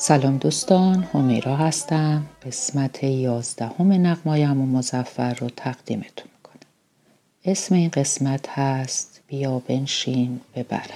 سلام دوستان، همیرا هستم. قسمت 11 نغمای عمو مظفر رو تقدیمتون میکنم. اسم این قسمت هست بیا بنشین ببرم.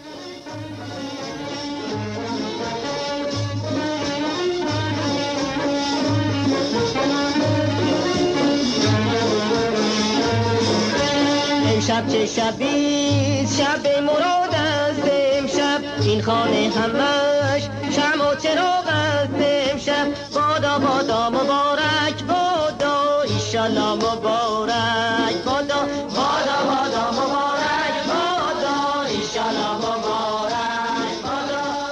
امشب چه شبیست، شب مراد است. امشب این خانه همش شمع و چراغ است. امشب بادا بادا مبارک بادا، ایشالله مبارک بادا، بادا بادا مبارک بادا، ایشالله مبارک بادا.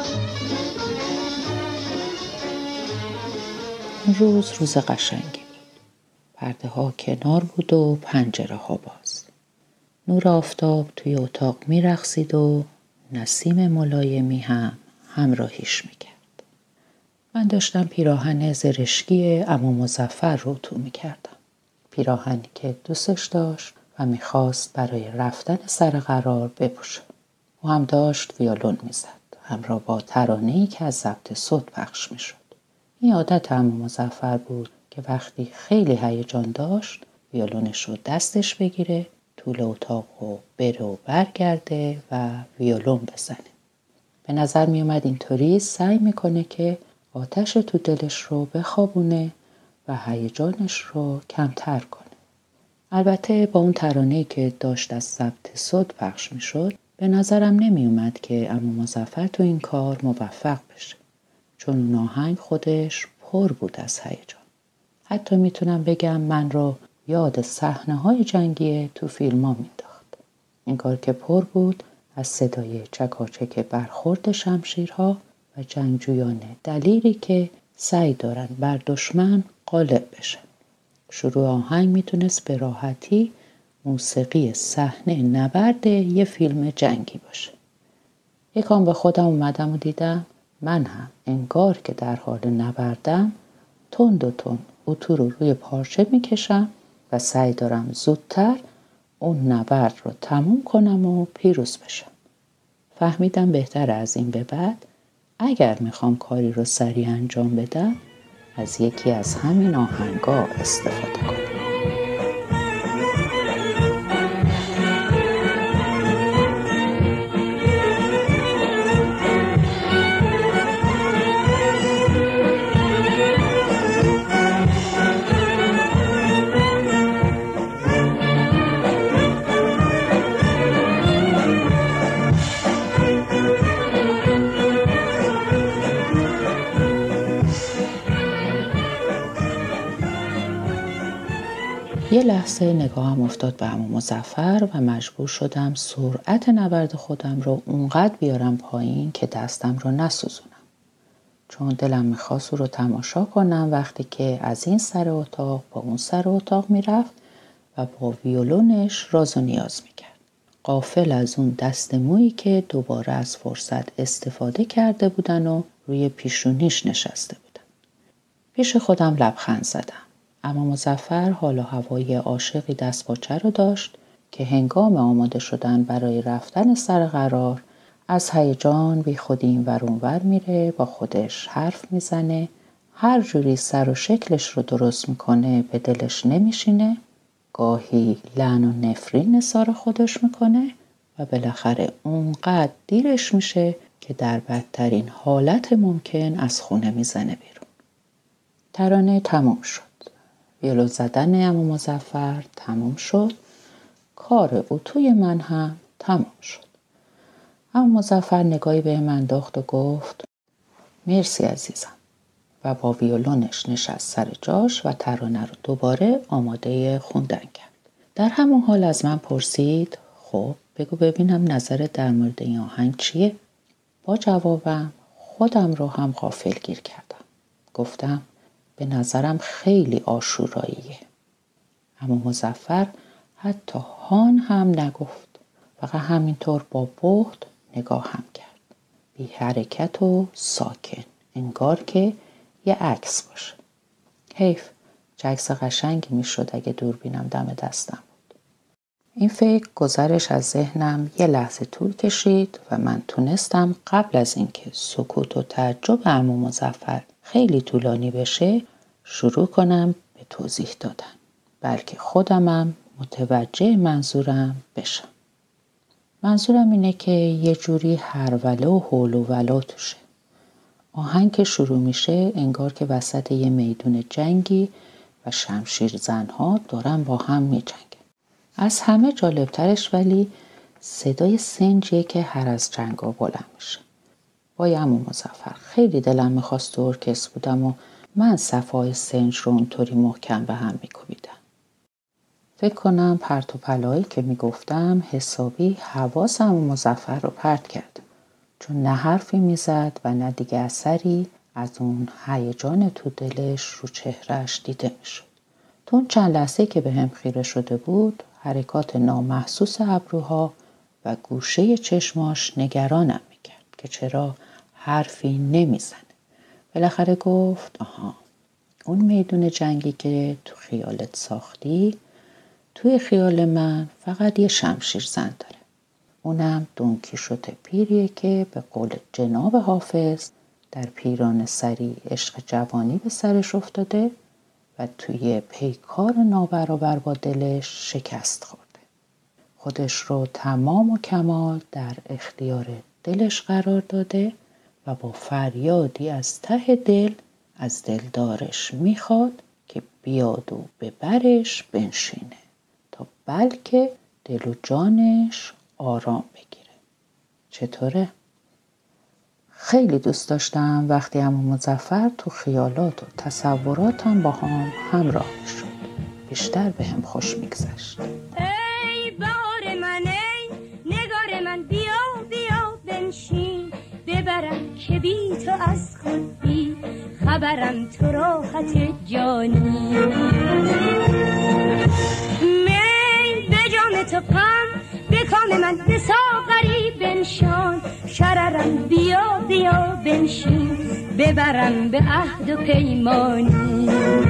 اون روز قشنگی بود. پرده ها کنار بود و پنجره ها باز. نور آفتاب توی اتاق میرقصید و نسیم ملایمی هم همراهیش میکرد. من داشتم پیراهن زرشکی عمو مظفر رو تو میکردم. پیراهنی که دوستش داشت و میخواست برای رفتن سر قرار بپوشه. او هم داشت ویولون میزد، همراه با ترانه‌ای که از ضبط صوت پخش میشد. این عادت عمو مظفر بود که وقتی خیلی هیجان داشت ویولونش رو دستش بگیره، طول اتاق رو بره و برگرده و ویولون بزنه. به نظر می اومد اینطوری سعی میکنه که آتش تو دلش رو بخوابونه و هیجانش رو کمتر کنه. البته با اون ترانه‌ای که داشت از ضبط صوت پخش میشد به نظرم نمی اومد که عمو مظفر تو این کار موفق بشه، چون اون آهنگ خودش پر بود از هیجان. حتی میتونم بگم من رو یاد صحنه‌های جنگی تو فیلم‌ها مینداخت. این کار که پر بود از صدای چکاچک برخورد شمشیرها و جنگجویان دلیری که سعی دارن بر دشمن غالب بشن. شروع آهنگ میتونست به راحتی موسیقی صحنه نبرد یه فیلم جنگی باشه. یکم به خودم اومدم و دیدم من هم انگار که در حال نبردم تند و تند اتو رو روی پارچه میکشم و سعی دارم زودتر اون نبرد رو تموم کنم و پیروز بشم. فهمیدم بهتر از این به بعد اگر میخوام کاری رو سریع انجام بدم از یکی از همین آهنگا استفاده کنم. یه لحظه نگاهم افتاد به عمو مظفر و مجبور شدم سرعت نبرد خودم رو اونقدر بیارم پایین که دستم رو نسوزونم. چون دلم میخواست او رو تماشا کنم وقتی که از این سر اتاق با اون سر اتاق میرفت و با ویولونش راز و نیاز میکرد. غافل از اون دست مویی که دوباره از فرصت استفاده کرده بودن و روی پیشونیش نشسته بودن. پیش خودم لبخند زدم. اما مظفر حال و هوای عاشقی دستپاچه رو داشت که هنگام آماده شدن برای رفتن سر قرار از هیجان بی خودی اینور اونور میره، با خودش حرف میزنه، هر جوری سر و شکلش رو درست میکنه به دلش نمیشینه، گاهی لعن و نفرین نثار خودش میکنه و بالاخره اونقدر دیرش میشه که در بدترین حالت ممکن از خونه میزنه بیرون. ترانه تموم شد. ویولون زدن عمو مظفر تموم شد. کار اتوی من هم تموم شد. عمو مظفر نگاهی به من انداخت و گفت مرسی عزیزم و با ویولونش نشست سر جاش و ترانه رو دوباره آماده خوندن کرد. در همون حال از من پرسید خب بگو ببینم نظرت در مورد این آهنگ چیه؟ با جوابم خودم رو هم غافلگیر کردم. گفتم به نظرم خیلی آشوراییه. اما مظفر حتی هان هم نگفت. فقط همینطور با بهت نگاهم کرد. بی حرکت و ساکن. انگار که یه عکس باشه. حیف. چه عکس قشنگی میشد اگه دوربینم دم دستم بود. این فکر گذرش از ذهنم یه لحظه طول کشید و من تونستم قبل از اینکه سکوت و تعجب عمو مظفر خیلی طولانی بشه شروع کنم به توضیح دادن، بلکه خودمم متوجه منظورم بشم. منظورم اینه که یه جوری هروله و هول و ولا توشه. آهنگ که شروع میشه انگار که وسط یه میدون جنگی و شمشیر زنها دارن با هم میجنگن. از همه جالبترش ولی صدای سنجیه که هر از جنگا بلند میشه. وای عمو مظفر، خیلی دلم میخواست تو ارکستر بودم و من صفای سنج رو اونطوری محکم به هم میکوبیدم. فکر کنم پرت و پلایی که میگفتم حسابی حواس عمو مظفر رو پرت کرد، چون نه حرفی میزد و نه دیگه اثری از اون هیجان تو دلش رو چهرهش دیده میشد. تو اون چند لحظه که به هم خیره شده بود حرکات نامحسوس ابروها و گوشه چشماش نگرانم میکرد که چرا حرفی نمیزنه. بالاخره گفت آها، اون میدون جنگی که تو خیالت ساختی توی خیال من فقط یه شمشیر زن داره. اونم دون کیشوت پیریه که به قول جناب حافظ در پیران سری عشق جوانی به سرش افتاده و توی پیکار نابرابر با دلش شکست خورده. خودش رو تمام و کمال در اختیار دلش قرار داده و با فریادی از ته دل از دلدارش میخواد که بیاد و به برش بنشینه تا بلکه دل و جانش آرام بگیره. چطوره؟ خیلی دوست داشتم وقتی عمو مظفر تو خیالات و تصوراتم با هم همراه شد. بیشتر به هم خوش میگذشت. ای بهار من، ای نگار من، بیا بیا بنشین، ببرم که بی تو از خود بی خبرم، تو راحت جانی. می به جام تو غم، به کام من به ساغری بنشان، شررم بیا بیا بنشین، ببرم به عهد و پیمانی.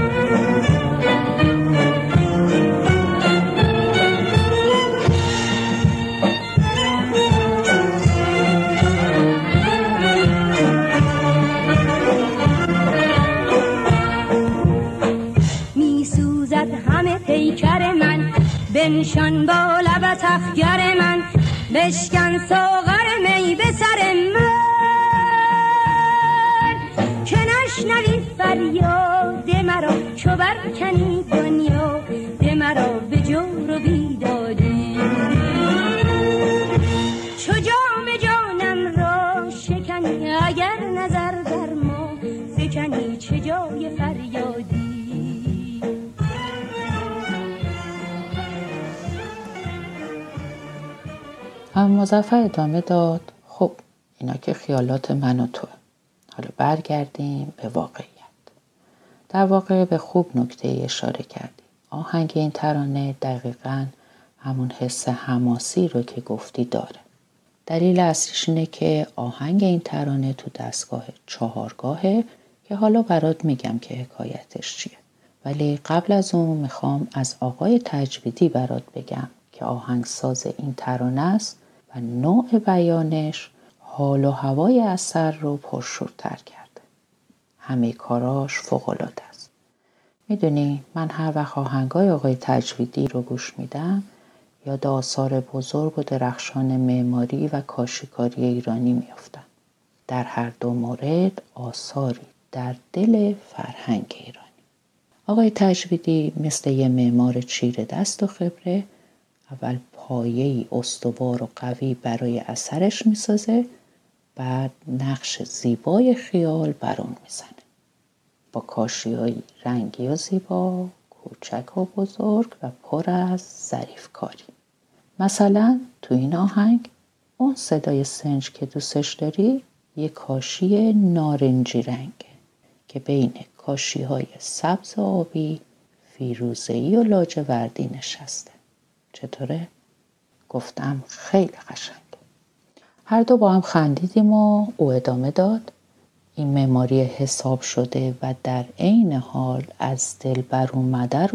می سوزد همه پیکر من، بنشان با لبت اخگر من، بشکن ساغر می به سر من، که نشنوی فریاد مرا چو برکنی دنیا، ده مرا به جور و بیدادی. چو جام جانم را شکنی، اگر نظر در ما فکنی، چه جای فریادی. عمو مظفر ادامه داد خب اینا که خیالات من و توه. حالا برگردیم به واقعیت. در واقع به خوب نکته اشاره کردی. آهنگ این ترانه دقیقاً همون حس حماسی رو که گفتی داره. دلیل اصلیش اینه که آهنگ این ترانه تو دستگاه 4گاهه که حالا برات میگم که حکایتش چیه. ولی قبل از اون میخوام از آقای تجویدی برات بگم که آهنگساز این ترانه است و نوع بیانش حال و هوای اثر رو پرشورتر کرده. همه کاراش فوق‌العاده است. میدونی من هر وقت آهنگای آقای تجویدی رو گوش میدم یاد آثار بزرگ و درخشان معماری و کاشیکاری ایرانی میافتم. در هر دو مورد آثاری در دل فرهنگ ایرانی. آقای تجویدی مثل یه معمار چیره دست و خبره اول پایه‌ای استوار و قوی برای اثرش میسازه، بعد نقش زیبای خیال بر اون میزنه با کاشی‌های رنگی و زیبا، کوچک و بزرگ و پر از ظریف کاری. مثلا تو این آهنگ اون صدای سنج که دوستش داری یه کاشی نارنجی رنگه که بین کاشی‌های سبز و آبی، فیروزه‌ای و لاجوردی نشسته. چطوره؟ گفتم خیلی قشنگه. هر دو با هم خندیدیم و او ادامه داد این معماری حساب شده و در عین حال از دل بر اومده رو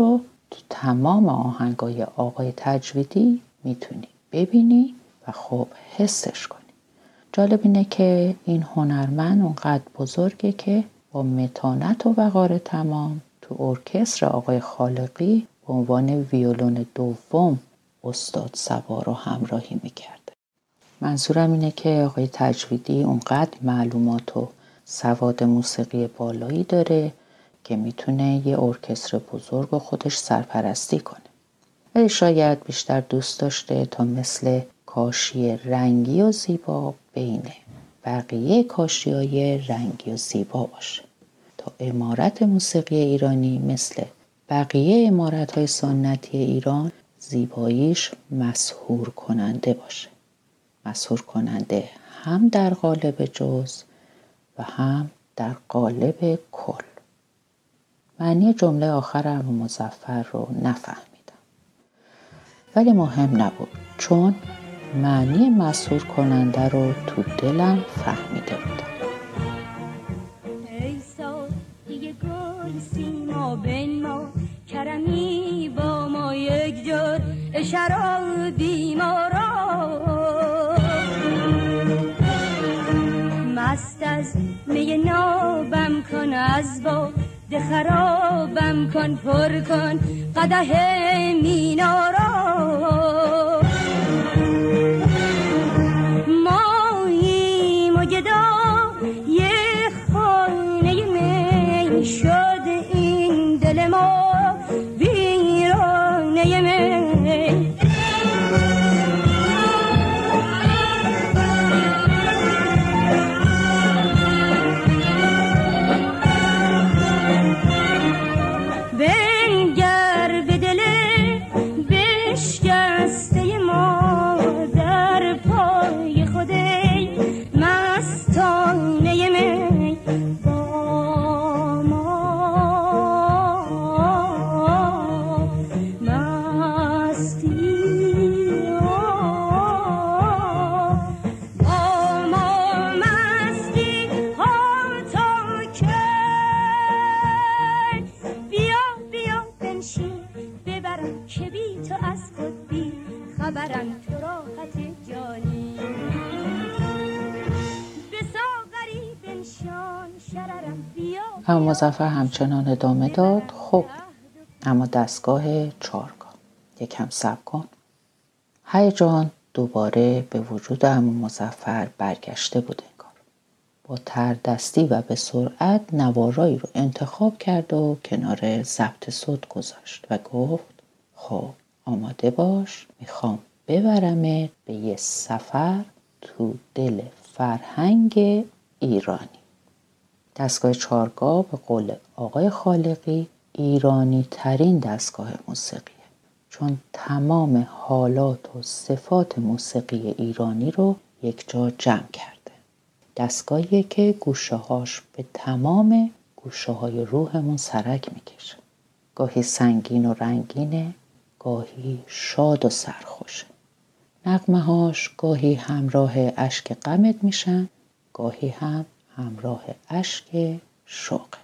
تو تمام آهنگای آقای تجویدی میتونی ببینی و خب حسش کنی. جالب اینه که این هنرمند اونقدر بزرگه که با متانت و وقار تمام تو ارکستر آقای خالقی به عنوان ویولون دوم استاد صبا رو همراهی میکرده. منظورم اینه که آقای تجویدی اونقدر معلومات و سواد موسیقی بالایی داره که میتونه یه ارکستر بزرگ و خودش سرپرستی کنه. ولی شاید بیشتر دوست داشته تا مثل کاشی رنگی و زیبا بین بقیه کاشی‌های رنگی و زیبا باشه تا عمارت موسیقی ایرانی مثل بقیه عمارت‌های سنتی ایران زیباییش مسحور کننده باشه. مسحور کننده هم در قالب جزء و هم در قالب کل. معنی جمله آخر عمو مظفر رو نفهمیدم، ولی مهم نبود چون معنی مسحور کننده رو تو دلم فهمیده بودم. ای ساقی گل سیما بنما کرمی با ما یک جور شرابی ما را مست از می نابم کن از با خرابم کن پر کن قدح مینا را ماییم و گدا یه خانه می شد این دل ما ویرانه می بنگر به دل بشکسته ما در پای خودی مستانه می با ما مستی با ما مستی ها تا که بیا بنشین ببرم که بی تو از خود بی خبرم تو راحت جانی به ساغری بنشان شررم بیا اما مظفر همچنان ادامه داد: خب اما دستگاه چارگاه یکم صبر کن. هیجان دوباره به وجود عمو مظفر برگشته بود انگار. با تردستی و به سرعت نوارایی رو انتخاب کرد و کنار ضبط صوت گذاشت و گفت: خب آماده باش، میخوام ببرمت به یه سفر تو دل فرهنگ ایرانی. دستگاه چارگاه به قول آقای خالقی ایرانی ترین دستگاه موسیقیه، چون تمام حالات و صفات موسیقی ایرانی رو یک جا جمع کرده. دستگاهیه که گوشه هاش به تمام گوشه های روحمون سرک میکشه. گاهی سنگین و رنگینه، گاهی شاد و سرخوشه. نغمه هاش گاهی همراه اشک غمت میشن، گاهی هم همراه اشک شوقت.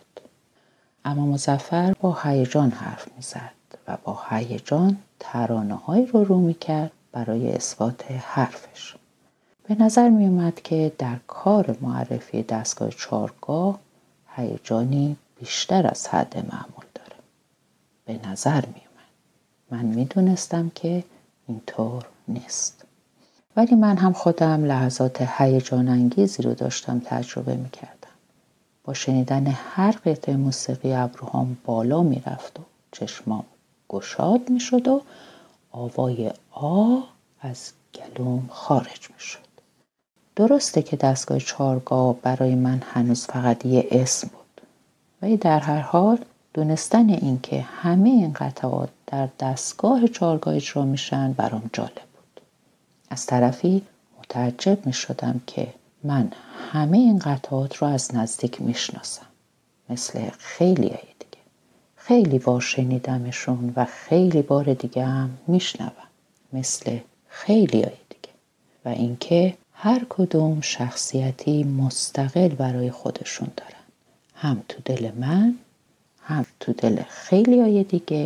اما مظفر با هیجان حرف میزد و با هیجان ترانه‌هایی رو میکرد برای اثبات حرفش. به نظر می اومد که در کار معرفی دستگاه چارگاه هیجانی بیشتر از حد معمول داره. به نظر می اومد. من می دونستم که اینطور نیست. ولی من هم خودم لحظات هیجان انگیزی رو داشتم تجربه می کردم. با شنیدن هر قطعه موسیقی ابروهام بالا می رفت و چشمام گشاد می شد و آوای آه از گلوم خارج می شد. درسته که دستگاه چارگاه برای من هنوز فقط یه اسم بود، ولی در هر حال دونستن این که همه این قطعات در دستگاه چارگاه اجرا میشن برام جالب بود. از طرفی متعجب می شدم که من همه این قطعات رو از نزدیک میشناسم، مثل خیلی های دیگه. خیلی بار شنیدمشون و خیلی بار دیگه هم میشنوم، مثل خیلی های دیگه. و اینکه هر کدوم شخصیتی مستقل برای خودشون دارن، هم تو دل من، هم تو دل خیلی های دیگه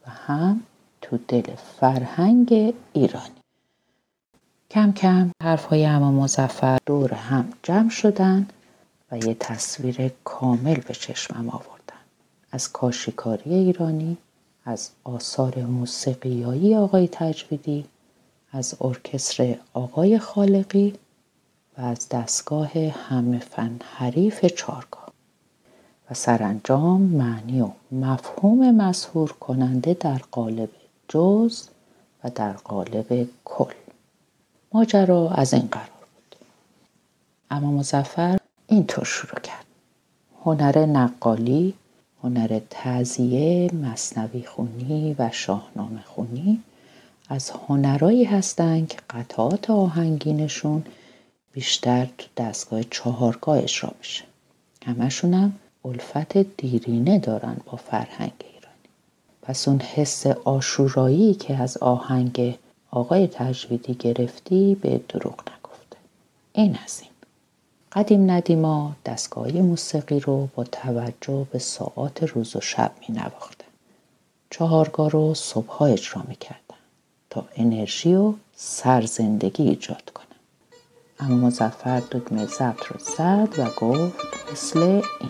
و هم تو دل فرهنگ ایرانی. کم کم حرفهای عمو مظفر دور هم جمع شدن و یه تصویر کامل به چشمم آوردن. از کاشیکاری ایرانی، از آثار موسیقیایی آقای تجویدی، از ارکستر آقای خالقی و از دستگاه همه فن حریف چارگاه و سرانجام معنی و مفهوم مسحور کننده در قالب جزء و در قالب کل. ماجرا از این قرار بود. اما مظفر اینطور شروع کرد: هنر نقالی، هنر تعزیه، مثنوی خونی و شاهنامه خونی از هنرایی هستند که قطعات آهنگینشون بیشتر تو دستگاه چهارگاه اجرا میشه. همشون هم الفت دیرینه دارن با فرهنگ ایرانی. پس اون حس عاشورایی که از آهنگ آقای تجویدی گرفتی به دروغ نگفته. این از این. قدیم ندیما دستگاهی موسیقی رو با توجه به ساعات روز و شب می نواختن. چهارگاه رو صبح‌ها اجرا می کردن تا انرژی و سرزندگی ایجاد کنن. اما مظفر دکمه ضبط رو زد و گفت مثل این.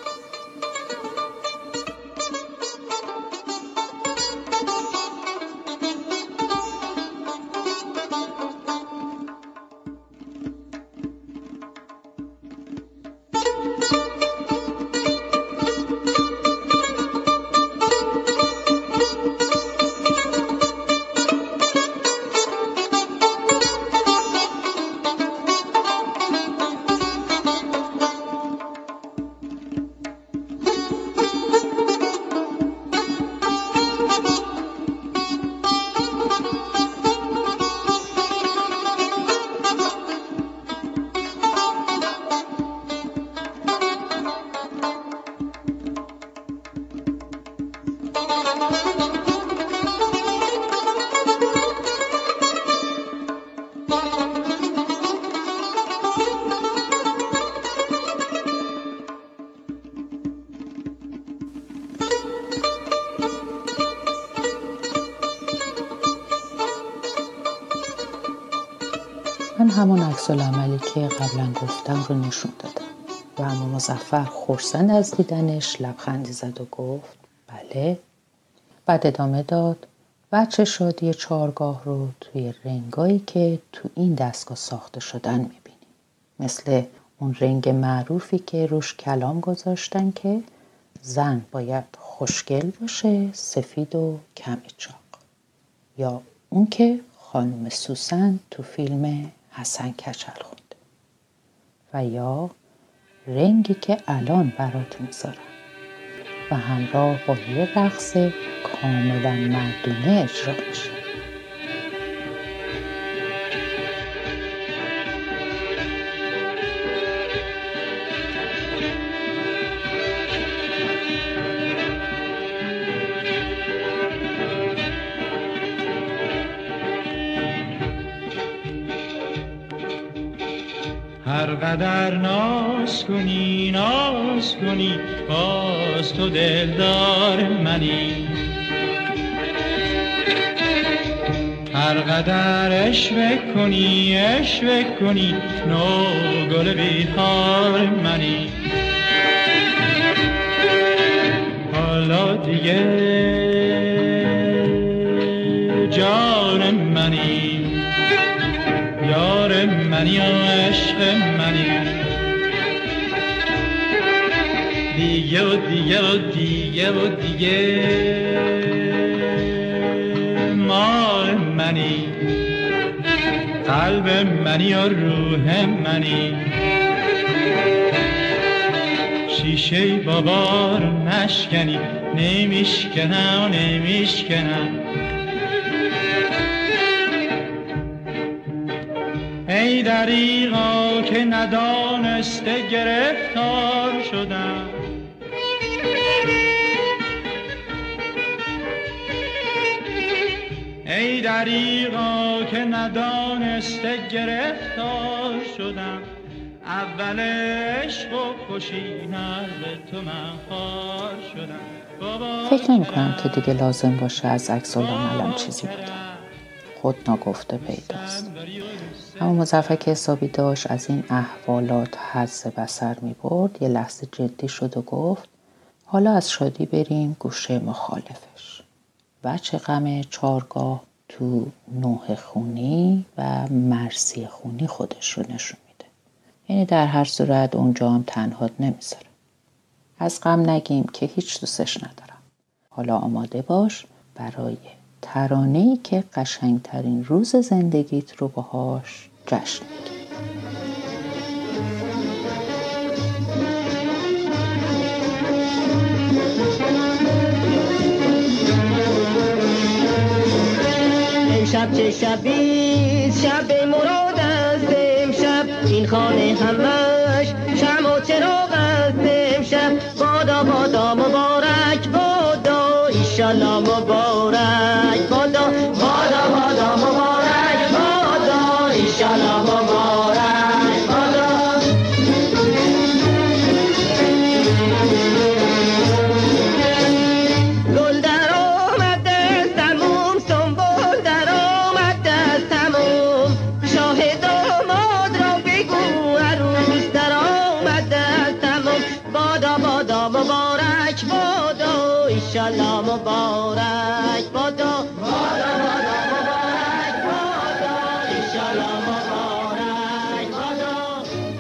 من همون عکس‌العملی که قبلا گفتم رو نشون دادم و اما مظفر خرسند از دیدنش لبخندی زد و گفت بله. بعد ادامه داد: وجه شادی چهارگاه رو توی رنگایی که تو این دستگاه ساخته شدن میبینی. مثل اون رنگ معروفی که روش کلام گذاشتن که زن باید خوشگل باشه، سفید و کمی چاق. یا اون که خانم سوسن تو فیلم حسن کچل خونده. و یا رنگی که الان برات میذارم و همراه با یه رقص کاملا مردونه اجرا میشه. هر قدر ناز کنی باز تو دلدار منی. هر قدر عشق کنی نو گل بی‌حال منی. حالا دیگه جان منی، یار منی و عشق منی. دیگه و دیگه و دیگه و دیگه مال منی، قلب منی و روح منی. شیشه بابا رو نشکنی، نمیشکنم. ای دریغا که ندانسته گرفتار شدم. ای دریغا که ندانسته گرفتار شدم. اول عشق و خوشی نزد تو من خوار شدم. فکر نمی کنم که دیگه لازم باشه از عکس‌العملم چیزی بگم. خود ناگفته پیداست. اما مظفر که حسابی داشت از این احوالات حظ بصر می برد یه لحظه جدی شد و گفت حالا از شادی بریم گوشه مخالفش. بچه غم چارگاه تو نوح خونی و مرسی خونی خودش رو نشون میده. یعنی در هر صورت اونجا هم تنهات نمیذاره. از غم نگیم که هیچ دوستش ندارم. حالا آماده باش برای ترانه‌ای که قشنگترین روز زندگیت رو باهاش جشن بگیری. امشب چه شبی شب مراد است امشب این خانه همش شمع و چراغ است امشب بادا بادا مبارک بادا ایشالله مبارک بادا بادا بادا مبارک بادا ایشالله مبارک بادا گل در آمد از تموم سنبول در آمد از تموم شاه داماد را بگو عروس در آمد از تموم بادا بادا مبارک بادا ایشالله مبارک بادا بادا بادا مبارک بادا ایشالله مبارک بادا.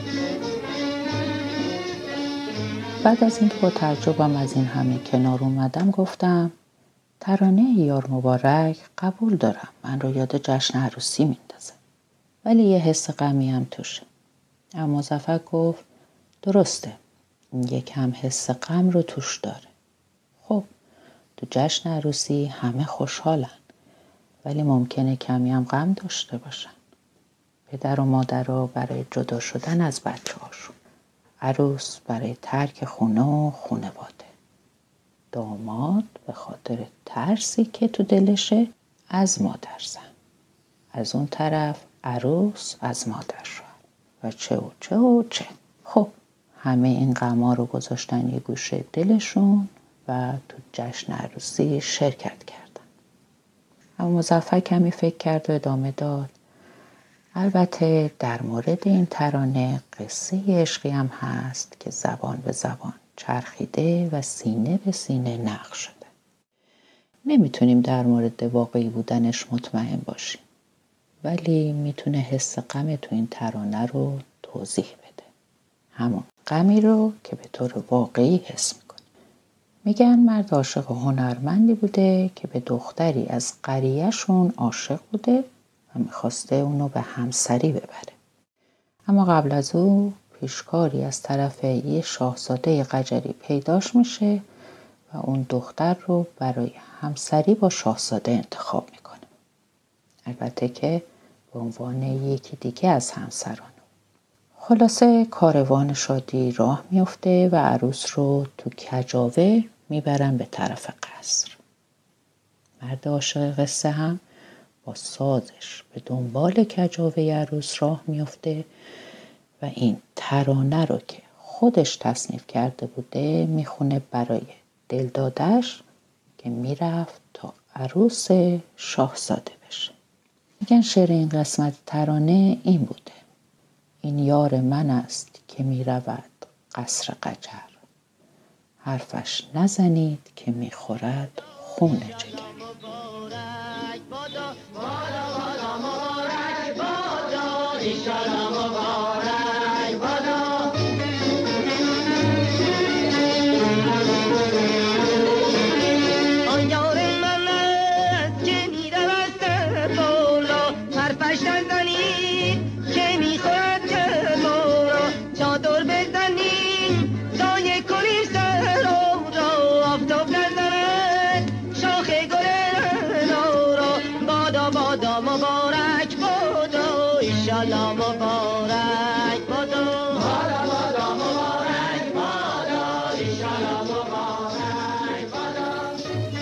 بعد از اینکه با تعجبم از این همه کنار اومدم گفتم ترانه یار مبارک قبول دارم، من رو یاد جشن عروسی میندازه، ولی یه حس غمی هم توشه. اما مظفر گفت درسته، این یکم حس غم رو توش داره. خب تو جشن عروسی همه خوشحالن، ولی ممکنه کمی هم غم داشته باشن. پدر و مادر برای جدا شدن از بچه هاشون، عروس برای ترک خونه و خونواده، داماد به خاطر ترسی که تو دلشه از مادر زن، از اون طرف عروس از مادر شوهر و چه و چه و چه. خب همه این غما رو گذاشتن یه گوشه دلشون و تو جشن عروسی شرکت کردن. اما مظفر کمی فکر کرد و ادامه داد البته در مورد این ترانه قصه عشقی هم هست که زبان به زبان چرخیده و سینه به سینه نقش شده. نمیتونیم در مورد واقعی بودنش مطمئن باشیم، ولی میتونه حس غم تو این ترانه رو توضیح بده. همون غمی رو که به طور واقعی حس میکنه. میگن مرد عاشق هنرمندی بوده که به دختری از قریه‌شون عاشق بوده و میخواسته اونو به همسری ببره. اما قبل از او پیشکاری از طرف یه شاهزاده قجری پیداش میشه و اون دختر رو برای همسری با شاهزاده انتخاب میکنه. البته که به عنوان یکی دیگه از همسران. خلاصه کاروان شادی راه میفته و عروس رو تو کجاوه میبرن به طرف قصر. مرد عاشق قصه هم با سازش به دنبال کجاوه عروس راه میفته و این ترانه رو که خودش تصنیف کرده بوده میخونه برای دلدادش که میرفت تا عروس شاهزاده بشه. میگن شعر این قسمت ترانه این بوده: این یار من است که میرود قصر قجر، حرفش نزنید که میخورد خون جگر. آن یار من است که میرود سر بالا، حرفش نزنید که میخورد کرمانا، چادر بزنیم سایه کنیم سرا را، آفتاب نزند شاخ گل رعنا را، بادا بادا مبارک بادا ایشالله مبارک بادا، بادا بادا مبارک بادا ایشالله مبارک بادا.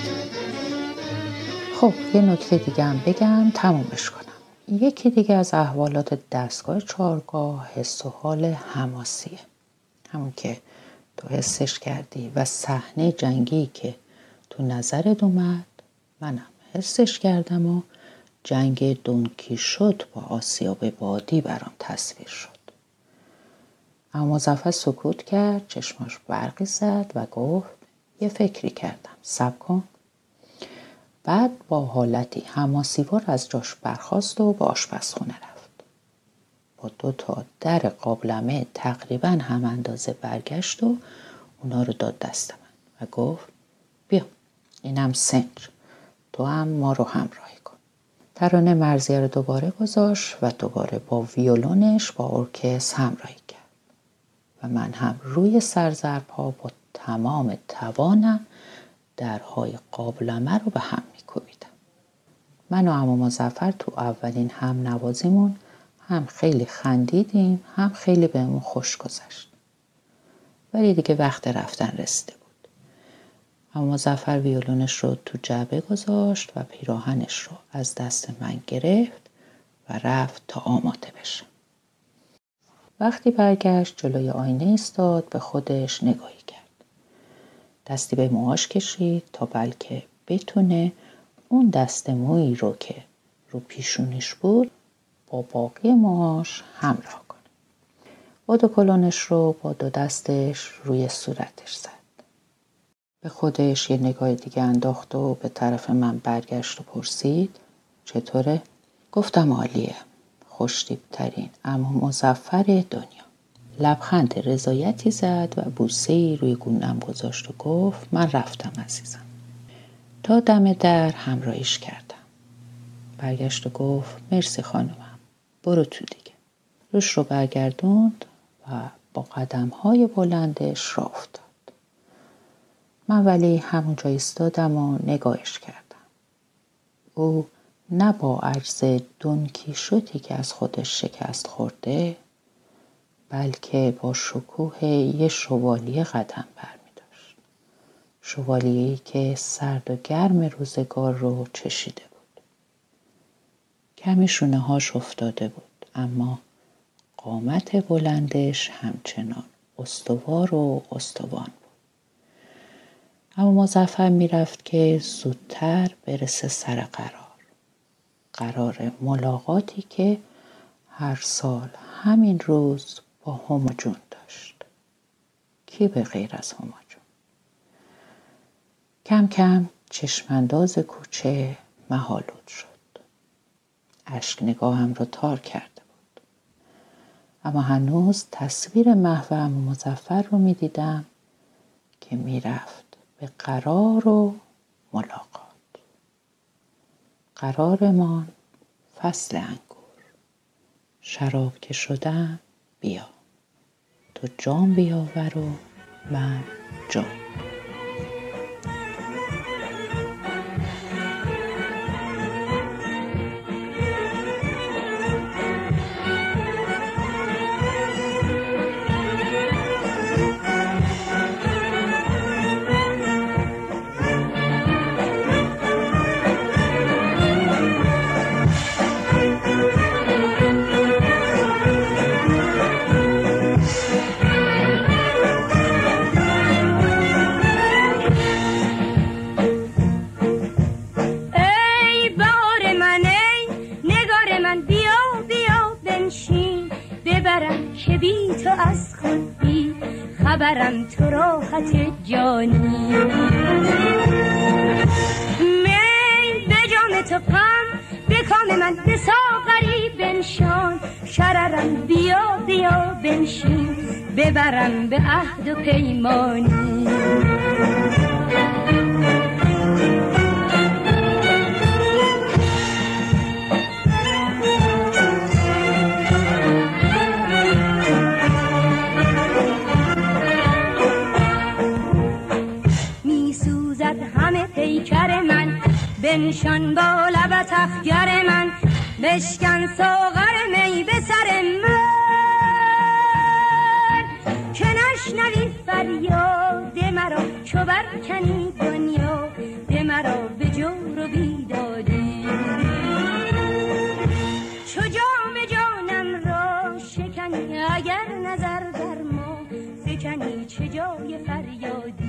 خب یه نکته دیگه هم بگم تمومش کنم. یکی دیگه از احوالات دستگاه چهارگاه حس و حال حماسیه، همون که تو حسش کردی و صحنه جنگی که تو نظرت اومد؟ منم حسش کردم و جنگ دونکیشوت با آسیاب بادی برام تصویر شد. اما مظفر سکوت کرد، چشماش برقی زد و گفت یه فکری کردم، صبر کن. بعد با حالتی حماسی‌وار از جاش برخاست و به آشپزخونه رفت. با 2 در قابلمه تقریباً هم اندازه برگشت و اونا رو داد دست من و گفت بیا اینم سنج، تو هم ما رو همراهی کن. ترانه مرضیه رو دوباره گذاشت و دوباره با ویولونش با ارکستر همراهی کرد و من هم روی سرضرب‌ها با تمام توانم درهای قابلمه رو به هم می‌کوبیدم. من و عمو مظفر تو اولین هم نوازیمون هم خیلی خندیدیم، هم خیلی بهمون خوش گذشت. ولی دیگه وقت رفتن رسیده بود. عمو مظفر ویولونش رو تو جعبه گذاشت و پیراهنش رو از دست من گرفت و رفت تا آماده بشه. وقتی برگشت جلوی آینه ایستاد، به خودش نگاهی کرد. دستی به موهاش کشید تا بلکه بتونه اون دست مویی رو که رو پیشونیش بود با باقی موهاش همراه کنه. بادوکلونش رو با 2 دستش روی صورتش زد. به خودش یه نگاه دیگه انداخت و به طرف من برگشت و پرسید چطوره؟ گفتم عالیه، خوش‌تیپ‌ترین عمو مظفر دنیا. لبخند رضایتی زد و بوسه‌ای روی گونه‌ام گذاشت و گفت من رفتم عزیزم. تا دم در همراهیش کردم. برگشت و گفت مرسی خانومم، برو تو دیگه. روش رو برگردوند و با قدم‌های بلندش راه افتاد. من ولی همونجا ایستادم و نگاهش کردم. او نه با عجز دونکیشوتی که از خودش شکست خورده، بلکه با شکوه یه شوالیه قدم برمی داشت. شوالیه‌ای که سرد و گرم روزگار رو چشیده بود. کمی شونه هاش افتاده بود، اما قامت بلندش همچنان استوار و استوان بود. اما مظفر می رفت که زودتر برسه سر قرار ملاقاتی که هر سال همین روز با هما جون داشت. کی به غیر از هما جون؟ کم کم چشمانداز کوچه مه‌آلود شد. اشک نگاهم را تار کرده بود. اما هنوز تصویر محو عمو مظفر رو می دیدم که می رفت به قرار و ملاقات. قرارمان فصل انگور. شراب که شدم بیا، تو جام بیاور و من جام. خبرم تو راحت جانی، می به جام تو غم، به کام من به ساغری بنشان. شررم بیا بیا بنشین، ببرم به عهد و پیمانی. بنشان با لبت اخگر من، بشکن ساغر می به سر من، که نشنوی فریاد مرا چو برکنی دنیا، ده مرا به جور و بیدادی. چو جام جانم را شکنی، اگر نظر در ما فکنی، چه جای فریادی.